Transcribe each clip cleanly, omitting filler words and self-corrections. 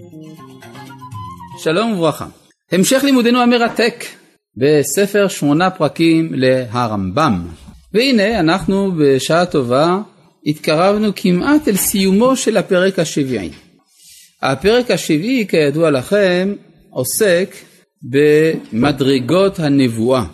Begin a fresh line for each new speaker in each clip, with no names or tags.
שלום וברכה. המשך לימודנו המרתק בספר 8 פרקים להרמב"ם. והנה אנחנו בשעה טובה התקרבנו כמעט אל סיומו של הפרק השביעי. הפרק השביעי כידוע לכם עוסק במדרגות הנבואה.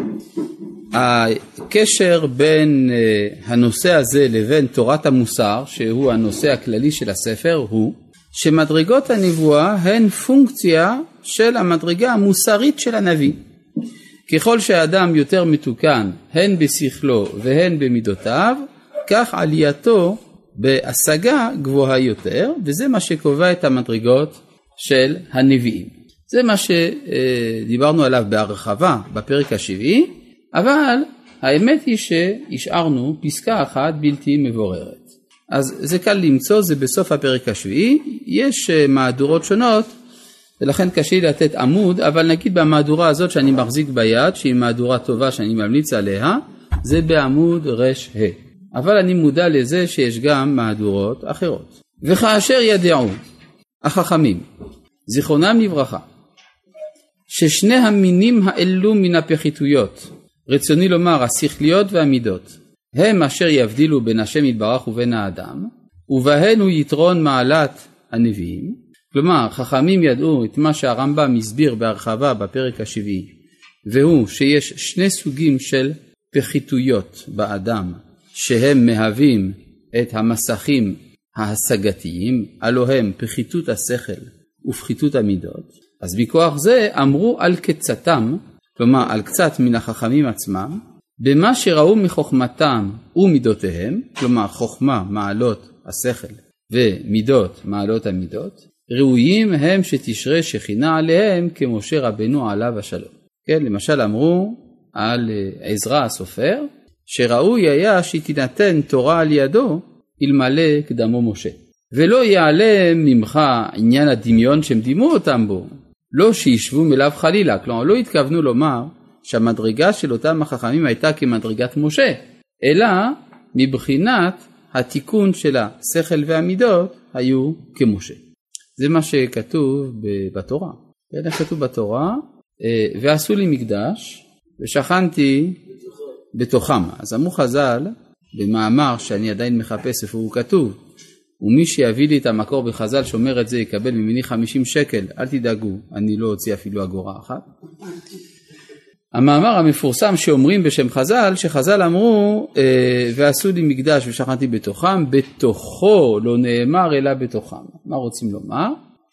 הקשר בין הנושא הזה לבין תורת המוסר, שהוא הנושא הכללי של הספר, הוא שמדרגות הנבואה הן פונקציה של המדרגה המוסרית של הנביא. ככל שהאדם יותר מתוקן הן בשכלו והן במידותיו, כך עלייתו בהשגה גבוהה יותר, וזה מה שקובע את המדרגות של הנביאים. זה מה שדיברנו עליו בהרחבה בפרק השביעי, אבל האמת היא שהשארנו פסקה אחת בלתי מבוררת. אז זה קל למצוא, זה בסוף הפרק השביעי, יש מהדורות שונות, ולכן קשה לתת עמוד, אבל נגיד במהדורה הזאת שאני מחזיק ביד, שהיא מהדורה טובה שאני ממליץ עליה, זה בעמוד רש ה. אבל אני מודע לזה שיש גם מהדורות אחרות. וכאשר ידעו החכמים, זיכרונם לברכה, ששני המינים האלו מן הפחיתויות, רצוני לומר השכליות והמידות, הם אשר יבדילו בין השם יתברך ובין האדם, ובהן הוא יתרון מעלת הנביאים. כלומר, חכמים ידעו את מה שהרמב"ם הסביר בהרחבה בפרק השביעי, והוא שיש שני סוגים של פחיתויות באדם, שהם מהווים את המסכים ההשגתיים, הלא הם פחיתות השכל ופחיתות המידות. אז בכוח זה אמרו על קצתם, כלומר על קצת מן החכמים עצמם, במה שראו מחוכמתם ומידותיהם, כלומר חוכמה מעלות השכל ומידות מעלות המידות, ראויים הם שתשרה שכינה עליהם כמשה רבנו עליו השלום. כן, למשל אמרו על עזרא הסופר, שראוי היה שתינתן תורה על ידו אלמלא קדמו משה. ולא יעלה ממך עניין הדמיון שהם דימו אותם בו, לא שישבו מלאו חלילה. כלומר, לא התכוונו לומר שהמדרגה של אותם החכמים הייתה כמדרגת משה, אלא מבחינת התיקון של השכל והמידות היו כמשה. זה מה שכתוב בתורה. כן, כתוב בתורה, ועשו לי מקדש ושכנתי בתוכם. אז אמרו חז"ל, במאמר שאני עדיין מחפש איפה הוא כתוב, ומי שיביא לי את המקור בחז"ל שאומר את זה יקבל ממני 50 שקל, אל תדאגו, אני לא הוציא אפילו אגורה אחת. המאמר המפורסם שאומרים בשם חז"ל, שחז"ל אמרו, ועשו לי מקדש ושכנתי בתוכם, בתוכו לא נאמר אלא בתוכם. מה רוצים לומר?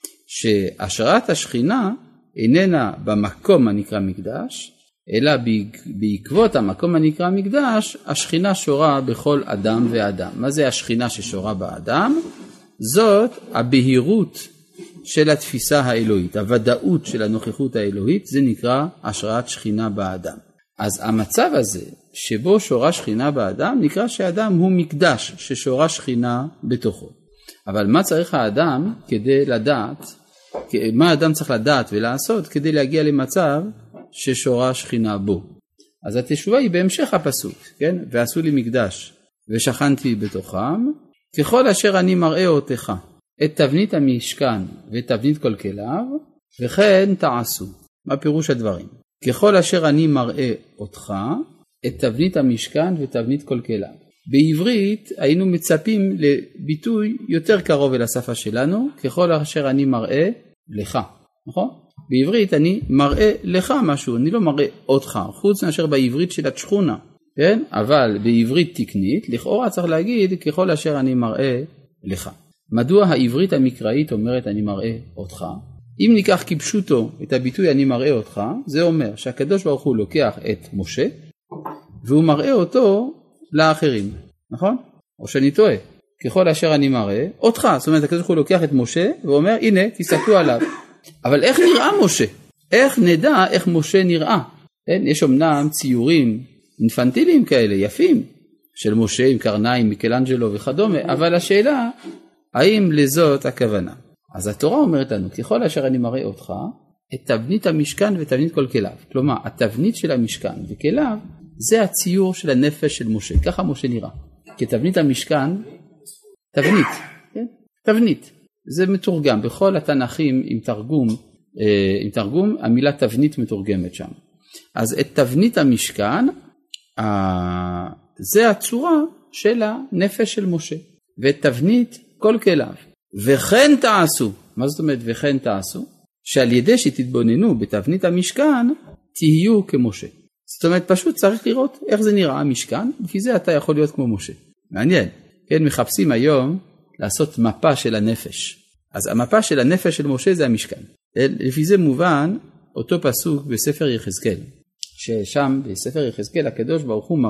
שהשראת השכינה איננה במקום הנקרא מקדש, אלא בעקבות המקום הנקרא מקדש, השכינה שורה בכל אדם ואדם. מה זה השכינה ששורה באדם? זאת הבהירות של התפיסה האלוהית, הוודאות של הנוכחות האלוהית, זה נקרא השראת שכינה באדם. אז המצב הזה שבו שורה שכינה באדם, נקרא שהאדם הוא מקדש ששורה שכינה בתוכו. אבל מה צריך האדם כדי לדעת, מה האדם צריך לדעת ולעשות כדי להגיע למצב ששורה שכינה בו? אז התשובה היא בהמשך הפסוק, כן? ועשו לי מקדש ושכנתי בתוכם, ככל אשר אני מראה אותך את תבנית המשכן ואת תבנית כל כליו, וכן תעשו. מה פירוש הדברים? ככל אשר אני מראה אותך את תבנית המשכן ותבנית כל כליו. בעברית היינו מצפים לביטוי יותר קרוב אל השפה שלנו, ככל אשר אני מראה לך, נכון? בעברית אני מראה לך משהו, אני לא מראה אותך, חוץ מאשר בעברית של התשכונה, כן? אבל בעברית תקנית, לכאורה צריך להגיד ככל אשר אני מראה לך. מדוע העברית המקראית אומרת אני מראה אותך? אם ניקח כפשוטו את הביטוי אני מראה אותך, זה אומר שהקדוש ברוך הוא לוקח את משה, והוא מראה אותו לאחרים, נכון? או שאני טועה, ככל אשר אני מראה אותך, זאת אומרת הקדוש ברוך הוא לוקח את משה, ואומר הנה תסתכלו עליו. אבל איך נראה משה? איך נדע איך משה נראה? כן? יש אמנם ציורים אינפנטיליים כאלה, יפים, של משה עם קרניים, מיקלאנג'לו וכדומה, אבל השאלה, האם לזאת הכוונה? אז התורה אומרת לנו, ככל אשר אני מראה אותך, את תבנית המשכן ותבנית כל כליו. כלומר, התבנית של המשכן וכליו, זה הציור של הנפש של משה. ככה משה נראה. כתבנית המשכן, תבנית, כן? תבנית. זה מתורגם, בכל התנ"כים עם תרגום המילה תבנית מתורגמת שם. אז את תבנית המשכן, זה הצורה של הנפש של משה, ואת תבנית כל כליו. וכן תעשו, מה זאת אומרת וכן תעשו? שעל ידי שתתבוננו בתבנית המשכן, תהיו כמשה. זאת אומרת, פשוט צריך לראות איך זה נראה המשכן, לפי זה אתה יכול להיות כמו משה. מעניין, כן, מחפשים היום לעשות מפה של הנפש. אז המפה של הנפש של משה זה המשכן. לפי זה מובן אותו פסוק בספר יחזקאל, ששם בספר יחזקאל הקדוש ברוך הוא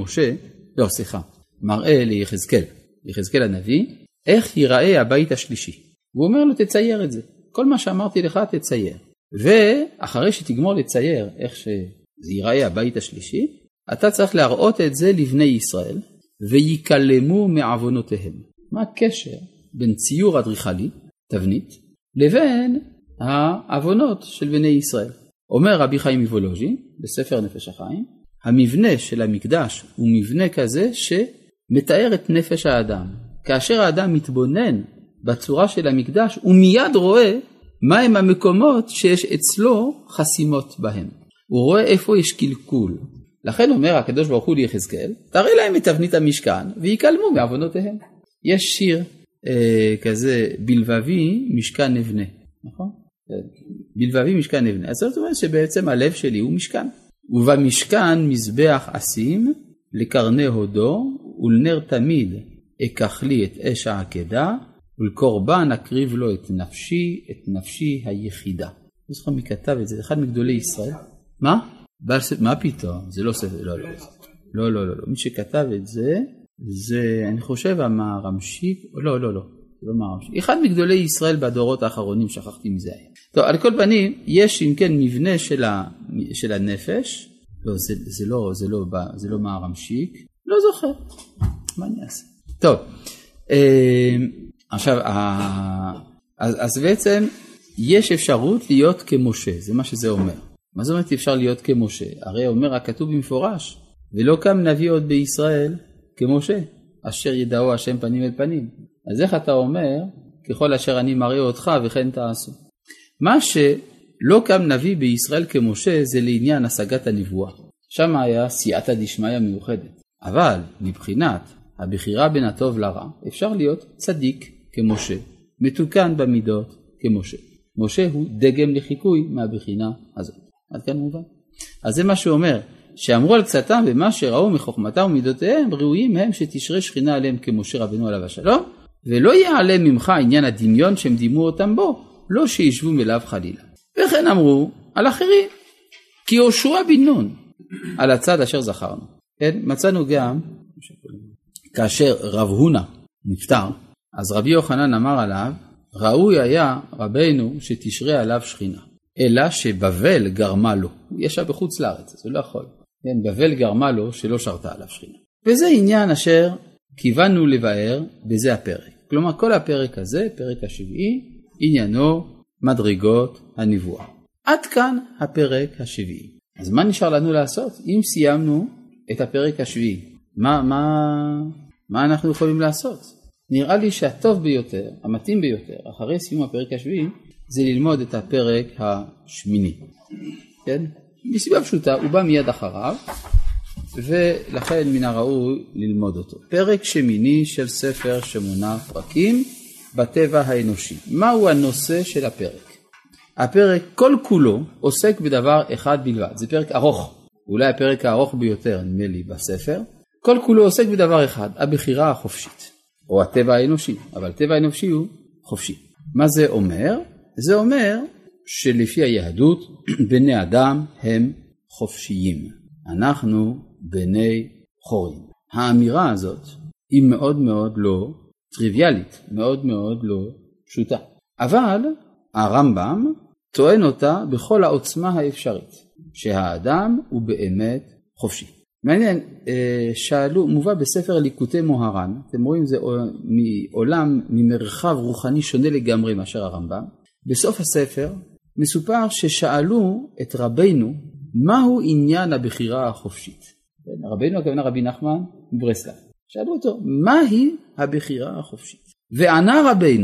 מראה ליחזקאל הנביא, איך ייראה הבית השלישי. הוא אומר לו תצייר את זה, כל מה שאמרתי לך תצייר. ואחרי שתגמור לצייר איך שזה ייראה הבית השלישי, אתה צריך להראות את זה לבני ישראל, ויקלמו מעוונותיהם. מה הקשר בין ציור אדריכלי, תבנית, לבין העוונות של בני ישראל? אומר רבי חיים מוולוז'ין בספר נפש החיים, המבנה של המקדש הוא מבנה כזה שמתאר את נפש האדם. כאשר האדם מתבונן בצורה של המקדש, הוא מיד רואה מהם המקומות שיש אצלו חסימות בהם. הוא רואה איפה יש קלקול. לכן אומר הקדוש ברוך הוא ליחזקאל, תראה להם את תבנית המשכן ויקלמו מעוונותיהם. יש שיר כזה, בלבבי משכן נבנה, נכון? בלבבי משכן נבנה. אז זאת אומרת שבעצם הלב שלי הוא משכן. ובמשכן מזבח אשים לקרני הודו, ולנר תמיד אקח לי את אש העקדה, ולקורבן אקריב לו את נפשי היחידה. אני זוכר מי כתב את זה, אחד מגדולי ישראל. מה? מה פתאום? זה לא ספר, לא. מי שכתב את זה, זה אני חושב המהרמשיק, לא, זה לא מהרמשיק. אחד מגדולי ישראל בדורות האחרונים, שכחתי מזה היה. טוב, על כל פנים, יש אם כן מבנה של הנפש, לא, זה לא מהרמשיק, לא זוכר, מה אני אעשה? טוב, עכשיו, אז בעצם יש אפשרות להיות כמשה, זה מה שזה אומר. מה זאת אומרת אפשר להיות כמשה? הרי אומר הכתוב במפורש, ולא קם נביא עוד בישראל כמשה, אשר ידעו השם פנים אל פנים. אז איך אתה אומר, ככל אשר אני מראה אותך וכן תעשו. מה שלא קם נביא בישראל כמשה זה לעניין השגת הנבואה. שם היה סייעתא דשמיא מיוחדת. אבל מבחינת הבחירה בין הטוב לרע, אפשר להיות צדיק כמשה, מתוקן במידות כמשה. משה הוא דגם לחיקוי מהבחינה הזאת. עד כאן מובן. אז זה מה שאומר, שאמרו על קצתם ומה שראו מחוכמתם ומידותיהם, ראויים הם שתשרה שכינה עליהם כמשה רבנו עליו השלום, ולא יעלה ממך עניין הדמיון שהם דימו אותם בו, לא שישבו מלאו חלילה. וכן אמרו על אחרים, כי יהושע בן נון, על הצד אשר זכרנו. כן? מצאנו גם, כאשר רב הונא נפטר, אז רבי יוחנן אמר עליו, ראוי היה רבנו שתשרה עליו שכינה. אלא שבבל גרמה לו, הוא ישב בחוץ לארץ, אז הוא לא יכול. כן, בבל גרמה לו שלא שרתה עליו שכינה. וזה עניין אשר כיוונו לבאר בזה הפרק. כלומר, כל הפרק הזה, פרק השביעי, עניינו מדרגות הנבואה. עד כאן הפרק השביעי. אז מה נשאר לנו לעשות? אם סיימנו את הפרק השביעי, מה אנחנו יכולים לעשות? נראה לי שהטוב ביותר, המתאים ביותר, אחרי סיום הפרק השביעי, זה ללמוד את הפרק השמיני. כן? מסיבה פשוטה, הוא בא מיד אחריו, ולכן מן הראוי ללמוד אותו. פרק שמיני של ספר שמונה פרקים בטבע האנושי. מהו הנושא של הפרק? הפרק כל כולו עוסק בדבר אחד בלבד. זה פרק ארוך, אולי הפרק הארוך ביותר נדמה לי בספר. כל כולו עוסק בדבר אחד, הבחירה החופשית, או הטבע האנושי, אבל הטבע האנושי הוא חופשי. מה זה אומר? זה אומר שלפי היהדות בני אדם הם חופשיים. אנחנו בני חורים. האמירה הזאת היא מאוד מאוד לא טריוויאלית, מאוד מאוד לא פשוטה. אבל הרמב"ם טוען אותה בכל העוצמה האפשרית, שהאדם הוא באמת חופשי. מעניין, מובא בספר ליקוטי מוהר"ן, אתם רואים זה מעולם, ממרחב רוחני שונה לגמרי מאשר הרמב"ם. בסוף הספר מסופר ששאלו את רבינו מהו עניין הבחירה החופשית. רבינו הכוונה רבי נחמן מברסלב. שאלו אותו מהי הבחירה החופשית. וענה רבינו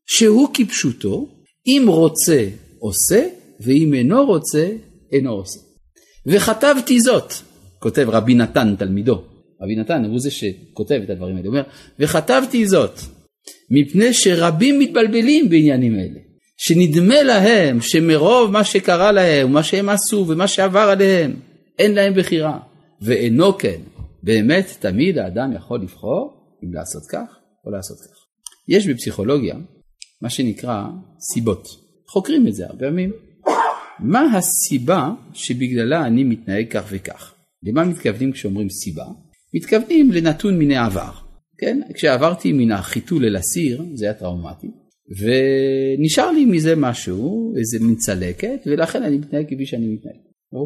שהוא כפשוטו, אם רוצה עושה, ואם אינו רוצה אינו עושה. וכתבתי זאת, כותב רבי נתן תלמידו, רבי נתן הוא זה שכותב את הדברים האלה, הוא אומר, וכתבתי זאת, מפני שרבים מתבלבלים בעניינים האלה, שנדמה להם שמרוב מה שקרה להם, ומה שהם עשו ומה שעבר עליהם, אין להם בחירה, ואינו כן, באמת תמיד האדם יכול לבחור אם לעשות כך או לעשות כך. יש בפסיכולוגיה מה שנקרא סיבות, חוקרים את זה הרבה פעמים, מה הסיבה שבגללה אני מתנהג כך וכך? למה מתכוונים כשאומרים סיבה? מתכוונים לנתון מן העבר. כן? כשעברתי מן החיתול אל הסיר, זה היה טראומטי, ונשאר לי מזה משהו, איזה מצלקת, ולכן אני מתנהג כפי שאני מתנהג.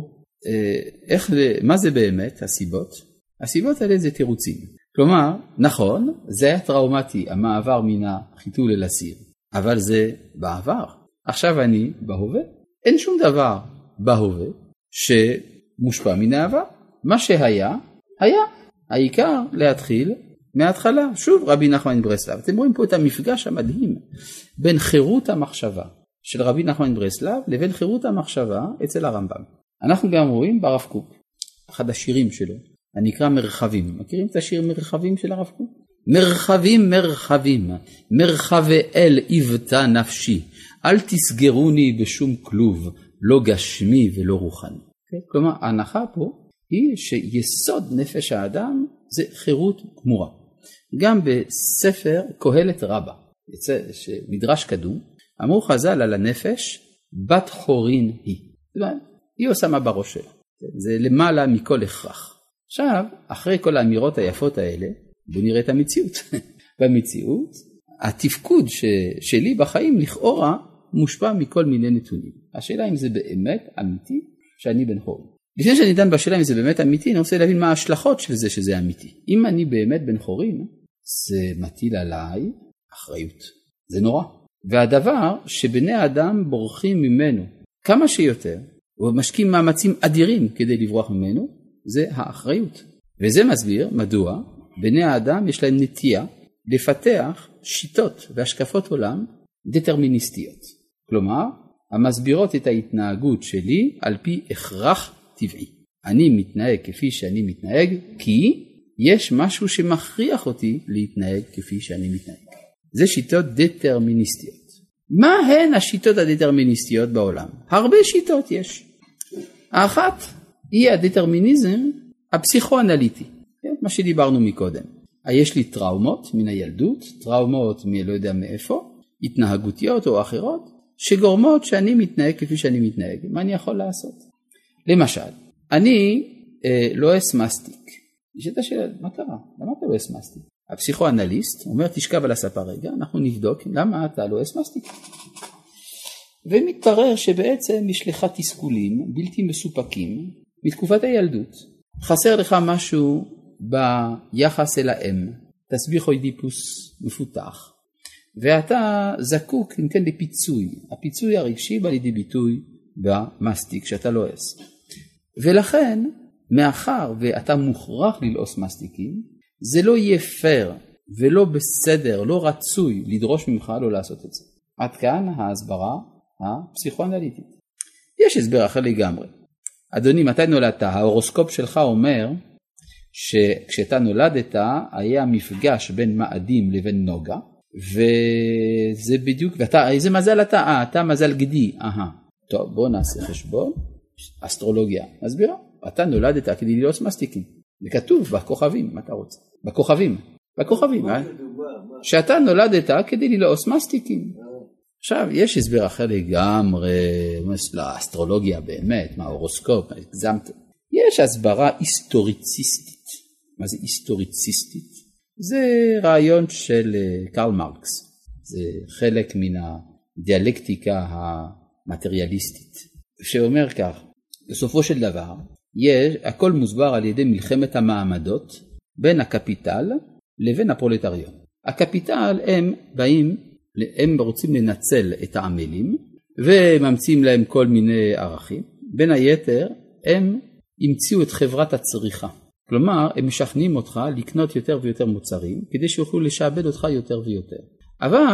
מה זה באמת הסיבות? הסיבות האלה זה תירוצים. כלומר, נכון, זה היה טראומטי, המעבר מן החיתול אל הסיר, אבל זה בעבר. עכשיו אני בהווה. אין שום דבר בהווה שמושפע מן העבר. מה שהיה, היה. העיקר להתחיל מההתחלה. שוב רבי נחמן מברסלב. אתם רואים פה את המפגש המדהים בין חירות המחשבה של רבי נחמן מברסלב לבין חירות המחשבה אצל הרמב"ם. אנחנו גם רואים ברב קוק, אחד השירים שלו, הנקרא מרחבים. מכירים את השיר מרחבים של הרב קוק? מרחבים מרחבים, מרחבי אל יבטא נפשי, אל תסגרוני בשום כלוב, לא גשמי ולא רוחני. כלומר, ההנחה פה היא שיסוד נפש האדם זה חירות גמורה. גם בספר קהלת רבה, מדרש קדום, אמרו חז"ל על הנפש, בת חורין היא. היא עושה מה בראש שלה. זה למעלה מכל הכרח. עכשיו, אחרי כל האמירות היפות האלה, בואו נראה את המציאות. במציאות, התפקוד שלי בחיים לכאורה מושפע מכל מיני נתונים. השאלה אם זה באמת אמיתי שאני בן חורין. לפני שאני דן בשאלה אם זה באמת אמיתי, אני רוצה להבין מה ההשלכות של זה שזה אמיתי. אם אני באמת בן חורין, זה מטיל עליי אחריות. זה נורא. והדבר שבני האדם בורחים ממנו כמה שיותר, ומשקיעים מאמצים אדירים כדי לברוח ממנו, זה האחריות. וזה מסביר מדוע בני האדם יש להם נטייה לפתח שיטות והשקפות עולם דטרמיניסטיות. כלומר, המסבירות את ההתנהגות שלי על פי הכרח טבעי. אני מתנהג כפי שאני מתנהג, כי יש משהו שמכריח אותי להתנהג כפי שאני מתנהג. זה שיטות דטרמיניסטיות. מה הן השיטות הדטרמיניסטיות בעולם? הרבה שיטות יש. האחת היא הדטרמיניזם הפסיכואנליטי, מה שדיברנו מקודם. יש לי טראומות מן הילדות, טראומות מלא יודע מאיפה, התנהגותיות או אחרות, שגורמות שאני מתנהג כפי שאני מתנהג. מה אני יכול לעשות? למשל, אני לא אסמסטיק. יש את השאלה, מה קרה? למה אתה לא אסמסטיק? הפסיכואנליסט אומר, תשכב על הספה רגע, אנחנו נבדוק למה אתה לא אסמסטיק. ומתברר שבעצם יש לך תסכולים בלתי מסופקים מתקופת הילדות. חסר לך משהו ביחס אל האם, תסביך אוידיפוס מפותח, ואתה זקוק אם כן לפיצוי. הפיצוי הרגשי בא לידי ביטוי במסטיק שאתה לועס. ולכן, מאחר ואתה מוכרח ללעוס מסטיקים, זה לא יהיה פייר ולא בסדר, לא רצוי לדרוש ממך לא לעשות את זה. עד כאן ההסברה הפסיכואנליטית. יש הסבר אחר לגמרי. אדוני, מתי נולדת? ההורוסקופ שלך אומר שכשאתה נולדת היה מפגש בין מאדים לבין נוגה, וזה בדיוק, ואתה, איזה מזל אתה מזל גדי. טוב, בוא נעשה חשבון. אסטרולוגיה מסבירה. אתה נולדת כדי ללעוס מסטיקים. זה כתוב בכוכבים, מה אתה רוצה? בכוכבים. שאתה נולדת כדי ללעוס מסטיקים. עכשיו, יש הסבר אחר לגמרי, לאסטרולוגיה באמת, מה ההורוסקופ, הגזמתם. יש הסברה היסטוריציסטית. מה זה היסטוריציסטית? זה רעיון של קרל מרקס. זה חלק מן הדיאלקטיקה המטריאליסטית. שאומר כך, בסופו של דבר, הכל מוסבר על ידי מלחמת המעמדות בין הקפיטל לבין הפרולטריון. הקפיטל הם רוצים לנצל את העמלים וממציאים להם כל מיני ערכים. בין היתר הם המציאו את חברת הצריכה. כלומר, הם משכנעים אותך לקנות יותר ויותר מוצרים כדי שיוכלו לשעבד אותך יותר ויותר. אבל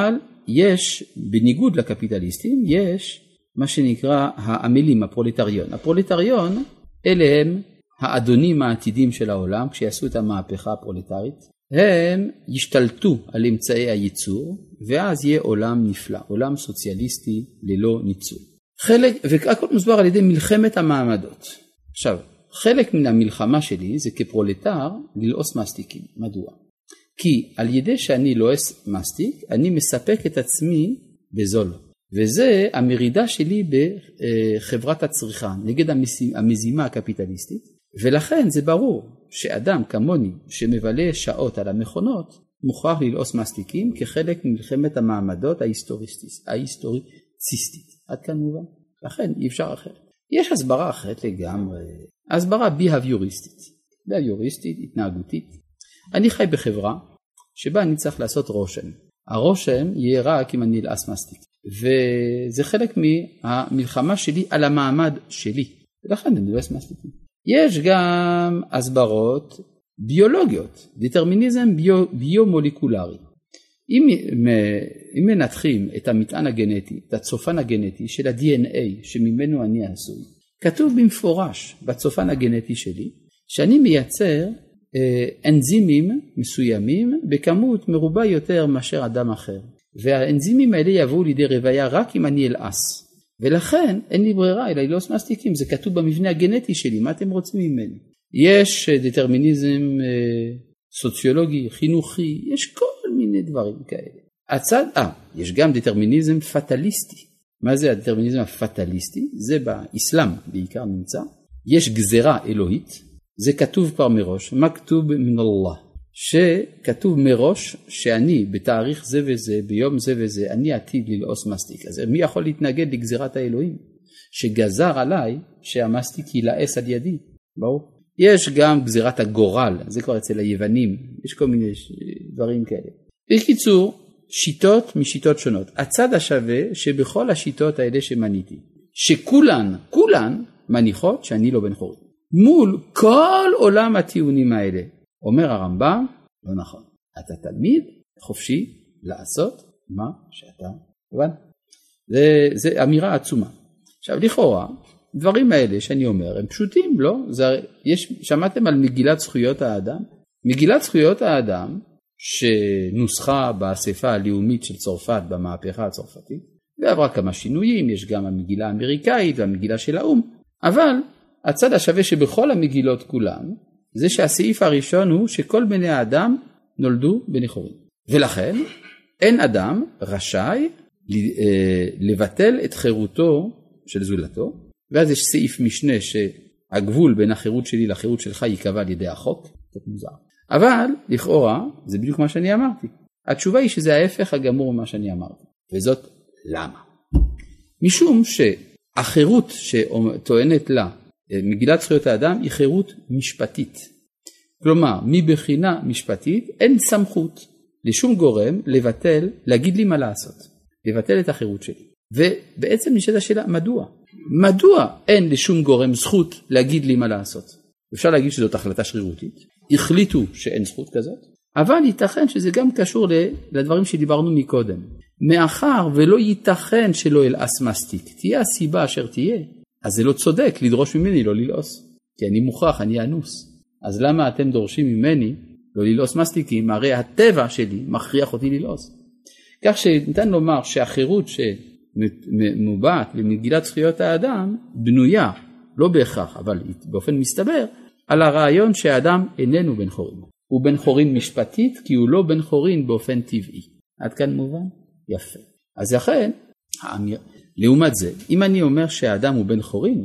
יש, בניגוד לקפיטליסטים, יש מה שנקרא העמלים, הפרולטריון. הפרולטריון, אלה הם האדונים העתידים של העולם, כשיעשו את המהפכה הפרולטרית, הם ישתלטו על אמצעי הייצור, ואז יהיה עולם נפלא, עולם סוציאליסטי ללא ניצול. והכל מוסבר על ידי מלחמת המעמדות. עכשיו, חלק מן המלחמה שלי זה כפרולטר ללעוס מסטיקים. מדוע? כי על ידי שאני לועס מסטיק, אני מספק את עצמי בזול. וזה המרידה שלי בחברת הצריכה, נגד המזימה הקפיטליסטית. ולכן זה ברור שאדם כמוני שמבלה שעות על המכונות, מוכרח ללעוס מסטיקים כחלק ממלחמת המעמדות ההיסטוריציסטית. עד כאן מובן? לכן אי אפשר אחרת. יש הסברה אחרת לגמרי, הסברה ביהביוריסטית, התנהגותית. אני חי בחברה שבה אני צריך לעשות רושם. הרושם יהיה רק אם אני אלעס מסטיק. וזה חלק מהמלחמה שלי על המעמד שלי. ולכן אני אלעס מסטיקים. יש גם הסברות ביולוגיות, דטרמיניזם ביומולקולרי. אם מנתחים את המטען הגנטי, את הצופן הגנטי של ה-DNA שממנו אני עשוי, כתוב במפורש בצופן הגנטי שלי, שאני מייצר אנזימים מסוימים בכמות מרובה יותר מאשר אדם אחר. והאנזימים האלה יבואו לידי רוויה רק אם אני אלעס. ולכן אין לי ברירה אלא ללעוס מסטיקים, זה כתוב במבנה הגנטי שלי, מה אתם רוצים ממני? יש דטרמיניזם סוציולוגי, חינוכי, יש כל מיני דברים כאלה. יש גם דטרמיניזם פטליסטי. מה זה הדטרמיניזם הפטליסטי? זה באסלאם בעיקר נמצא. יש גזרה אלוהית, זה כתוב כבר מראש, מכתוב מן אללה, שכתוב מראש שאני בתאריך זה וזה, ביום זה וזה, אני עתיד ללעוס מסטיק. אז מי יכול להתנגד לגזירת האלוהים? שגזר עליי שהמסטיק ילעס על ידי. ברור? יש גם גזירת הגורל, זה כבר אצל היוונים, יש כל מיני דברים כאלה. בקיצור, שיטות משיטות שונות. הצד השווה שבכל השיטות האלה שמניתי, שכולן מניחות שאני לא בן חורין. מול כל עולם הטיעונים האלה, אומר הרמב"ם, לא נכון. אתה תמיד חופשי לעשות מה שאתה מבין. זה אמירה עצומה. עכשיו לכאורה, דברים האלה שאני אומר הם פשוטים, לא? שמעתם על מגילת זכויות האדם? מגילת זכויות האדם שנוסחה באספה הלאומית של צרפת במהפכה הצרפתית, ועברה כמה שינויים, יש גם המגילה האמריקאית והמגילה של האום, אבל הצד השווה שבכל המגילות כולן, זה שהסעיף הראשון הוא שכל בני האדם נולדו בני חורין. ולכן אין אדם רשאי לבטל את חירותו של זולתו, ואז יש סעיף משנה שהגבול בין החירות שלי לחירות שלך ייקבע על ידי החוק, קצת מוזר. אבל לכאורה זה בדיוק מה שאני אמרתי. התשובה היא שזה ההפך הגמור ממה שאני אמרתי. וזאת למה? משום שהחירות שטוענת לה מגילת זכויות האדם היא חירות משפטית. כלומר, מבחינה משפטית אין סמכות לשום גורם להגיד לי מה לעשות, לבטל את החירות שלי. ובעצם נשאלת השאלה, מדוע? מדוע אין לשום גורם זכות להגיד לי מה לעשות? אפשר להגיד שזאת החלטה שרירותית, החליטו שאין זכות כזאת, אבל ייתכן שזה גם קשור לדברים שדיברנו מקודם. מאחר ולא ייתכן שלא אלעס מסטיק, תהיה הסיבה אשר תהיה, אז זה לא צודק לדרוש ממני לא ללעוס, כי אני מוכרח, אני אנוס. אז למה אתם דורשים ממני לא ללעוס מסטיקים? הרי הטבע שלי מכריח אותי ללעוס. כך שניתן לומר שהחירות שמובעת במגילת זכויות האדם בנויה, לא בהכרח, אבל באופן מסתבר, על הרעיון שהאדם איננו בן חורין. הוא בן חורין משפטית, כי הוא לא בן חורין באופן טבעי. עד כאן מובן? יפה. אז לכן, לעומת זה, אם אני אומר שהאדם הוא בן חורין,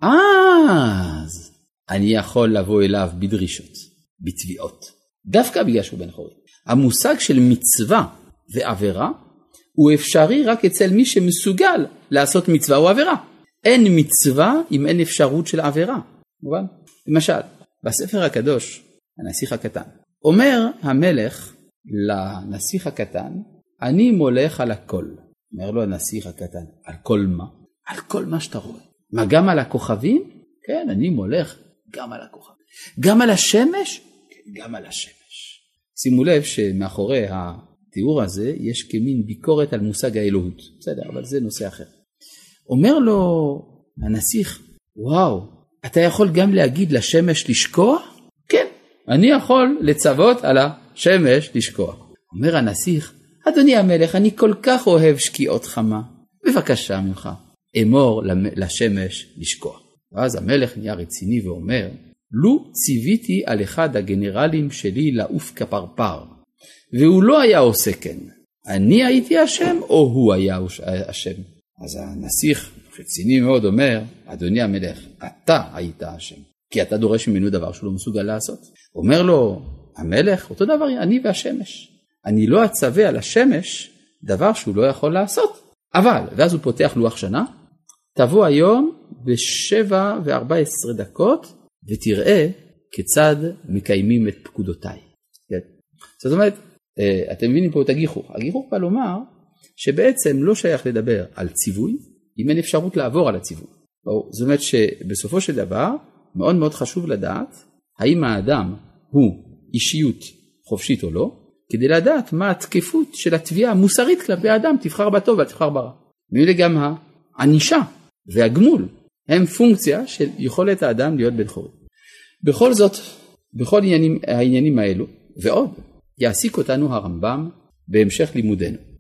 אז אני יכול לבוא אליו בדרישות, בתביעות. דווקא בגלל שהוא בן חורין. המושג של מצווה ועבירה, הוא אפשרי רק אצל מי שמסוגל לעשות מצווה או עבירה. אין מצווה אם אין אפשרות של עבירה. מובן? למשל, בספר הקדוש, הנסיך הקטן, אומר המלך לנסיך הקטן, אני מולך על הכל. אומר לו הנסיך הקטן, על כל מה? על כל מה שאתה רואה. מה, גם על הכוכבים? כן, אני מולך גם על הכוכבים. גם על השמש? כן, גם על השמש. שימו לב שמאחורי בתיאור הזה יש כמין ביקורת על מושג האלוהות. בסדר, אבל זה נושא אחר. אומר לו הנסיך, וואו, אתה יכול גם להגיד לשמש לשקוע? כן, אני יכול לצוות על השמש לשקוע. אומר הנסיך, אדוני המלך, אני כל כך אוהב שקיעות חמה. בבקשה ממך, אמור לשמש לשקוע. ואז המלך נהיה רציני ואומר, לו ציוויתי על אחד הגנרלים שלי לעוף כפרפר, והוא לא היה עושה כן, אני הייתי השם או הוא היה השם? אז הנסיך רציני מאוד אומר, אדוני המלך, אתה היית השם, כי אתה דורש ממנו דבר שהוא לא מסוגל לעשות. אומר לו המלך, אותו דבר אני והשמש, אני לא אצווה על השמש דבר שהוא לא יכול לעשות. אבל, ואז הוא פותח לוח שנה, תבוא היום ב7:14 ותראה כיצד מקיימים את פקודותיי. זאת אומרת, אתם מבינים פה את הגיחוך. הגיחוך בא לומר שבעצם לא שייך לדבר על ציווי, אם אין אפשרות לעבור על הציווי. זאת אומרת שבסופו של דבר מאוד מאוד חשוב לדעת האם האדם הוא אישיות חופשית או לא, כדי לדעת מה התקפות של התביעה המוסרית כלפי האדם, תבחר בטוב ותבחר ברע. ואלה גם הענישה והגמול הם פונקציה של יכולת האדם להיות בן חורין. בכל זאת, בכל העניינים האלו ועוד, יעסיק אותנו הרמב"ם בהמשך לימודנו.